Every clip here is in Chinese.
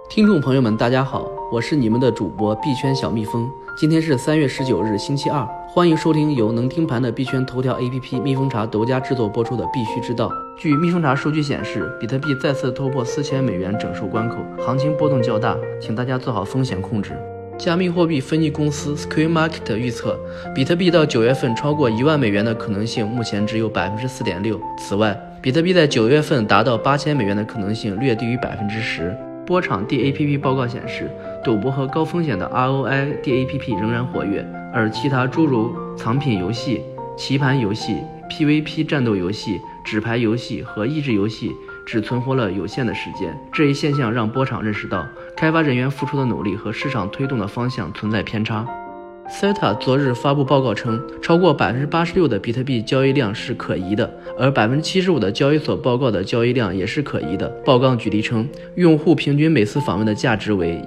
听众朋友们，大家好，我是你们的主播币圈小蜜蜂。今天是3月19日，星期二，欢迎收听由能听盘的币圈头条 APP 蜜蜂茶独家制作播出的必须知道。据蜜蜂茶数据显示，比特币再次突破$4000整数关口，行情波动较大，请大家做好风险控制。加密货币分析公司 Square Market 预测，比特币到9月份超过$10000的可能性目前只有 4.6%。此外，比特币在9月份达到$8000的可能性略低于 10%。波场 DAPP 报告显示，赌博和高风险的 ROI DAPP 仍然活跃，而其他诸如藏品游戏、棋盘游戏、PVP 战斗游戏、纸牌游戏和益智游戏只存活了有限的时间。这一现象让波场认识到，开发人员付出的努力和市场推动的方向存在偏差。SETA 昨日发布报告称，超过 86% 的比特币交易量是可疑的，而 75% 的交易所报告的交易量也是可疑的。报告举例称，用户平均每次访问的价值为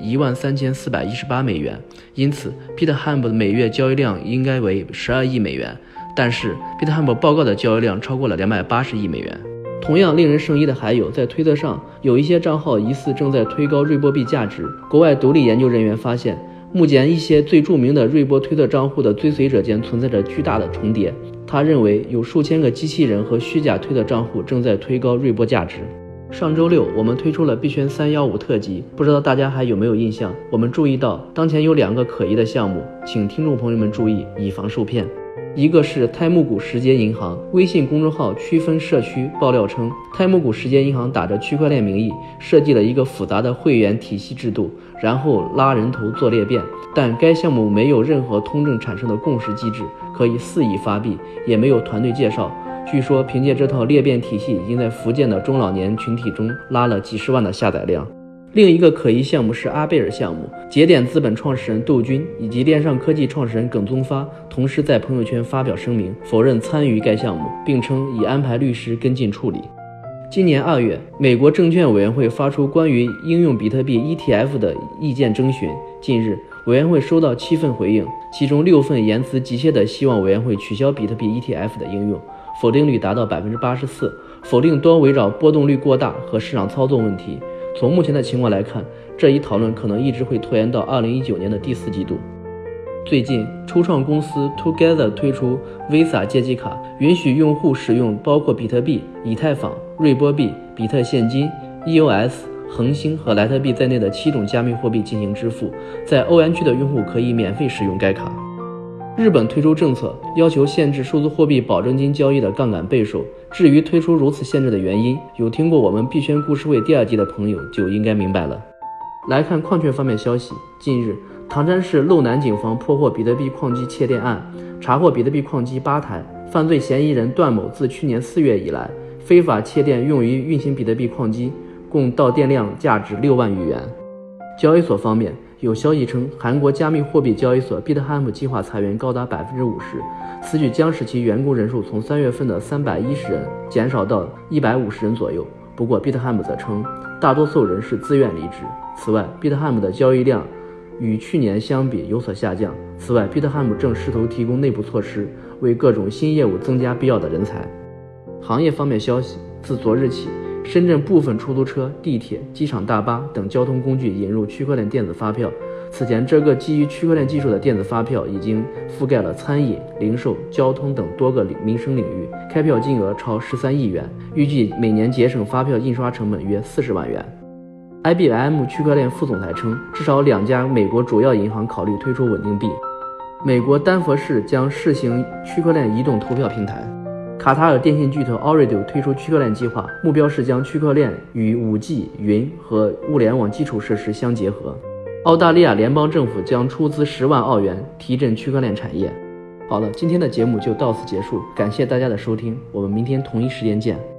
$13418，因此 BitHub 的每月交易量应该为$12亿，但是 BitHub 报告的交易量超过了$280亿。同样令人生疑的还有，在推特上有一些账号疑似正在推高瑞波币价值。国外独立研究人员发现，目前一些最著名的瑞波推特账户的追随者间存在着巨大的重叠。他认为有数千个机器人和虚假推特账户正在推高瑞波价值。上周六我们推出了币圈315特辑，不知道大家还有没有印象？我们注意到当前有2个可疑的项目，请听众朋友们注意，以防受骗。一个是泰木谷时间银行，微信公众号区分社区爆料称，泰木谷时间银行打着区块链名义设计了一个复杂的会员体系制度，然后拉人头做裂变，但该项目没有任何通证产生的共识机制，可以肆意发币，也没有团队介绍。据说凭借这套裂变体系，已经在福建的中老年群体中拉了几十万的下载量。另一个可疑项目是阿贝尔项目，节点资本创始人杜军以及链上科技创始人耿宗发同时在朋友圈发表声明，否认参与该项目，并称已安排律师跟进处理。今年2月，美国证券委员会发出关于应用比特币 ETF 的意见征询。近日，委员会收到7份回应，其中6份言辞急切地希望委员会取消比特币 ETF 的应用，否定率达到 84%， 否定多围绕波动率过大和市场操纵问题。从目前的情况来看，这一讨论可能一直会拖延到2019年的第4季度。最近，初创公司 Together 推出 Visa 借记卡，允许用户使用包括比特币、以太坊、瑞波币、比特现金、EOS、恒星和莱特币在内的7种加密货币进行支付，在欧元区的用户可以免费使用该卡。日本推出政策，要求限制数字货币保证金交易的杠杆倍数。至于推出如此限制的原因，有听过我们币圈故事会第2季的朋友就应该明白了。来看矿权方面消息，近日，唐山市路南警方破获比特币矿机窃电案，查获比特币矿机8台，犯罪嫌疑人段某自去年4月以来，非法窃电用于运行比特币矿机，共到电量价值6万余元。交易所方面，有消息称，韩国加密货币交易所 BitHub 计划裁员高达 50%， 此举将使其员工人数从3月份的310人减少到150人左右。不过 BitHub 则称，大多数人是自愿离职。此外， BitHub 的交易量与去年相比有所下降。此外， BitHub 正试图提供内部措施，为各种新业务增加必要的人才。行业方面消息，自昨日起，深圳部分出租车、地铁、机场大巴等交通工具引入区块链电子发票。此前，这个基于区块链技术的电子发票已经覆盖了餐饮、零售、交通等多个民生领域，开票金额超13亿元，预计每年节省发票印刷成本约40万元。IBM 区块链副总裁称，至少2家美国主要银行考虑推出稳定币。美国丹佛市将试行区块链移动投票平台。卡塔尔电信巨头 Ooredoo 推出区块链计划，目标是将区块链与 5G、云和物联网基础设施相结合。澳大利亚联邦政府将出资10万澳元提振区块链产业。好了，今天的节目就到此结束，感谢大家的收听，我们明天同一时间见。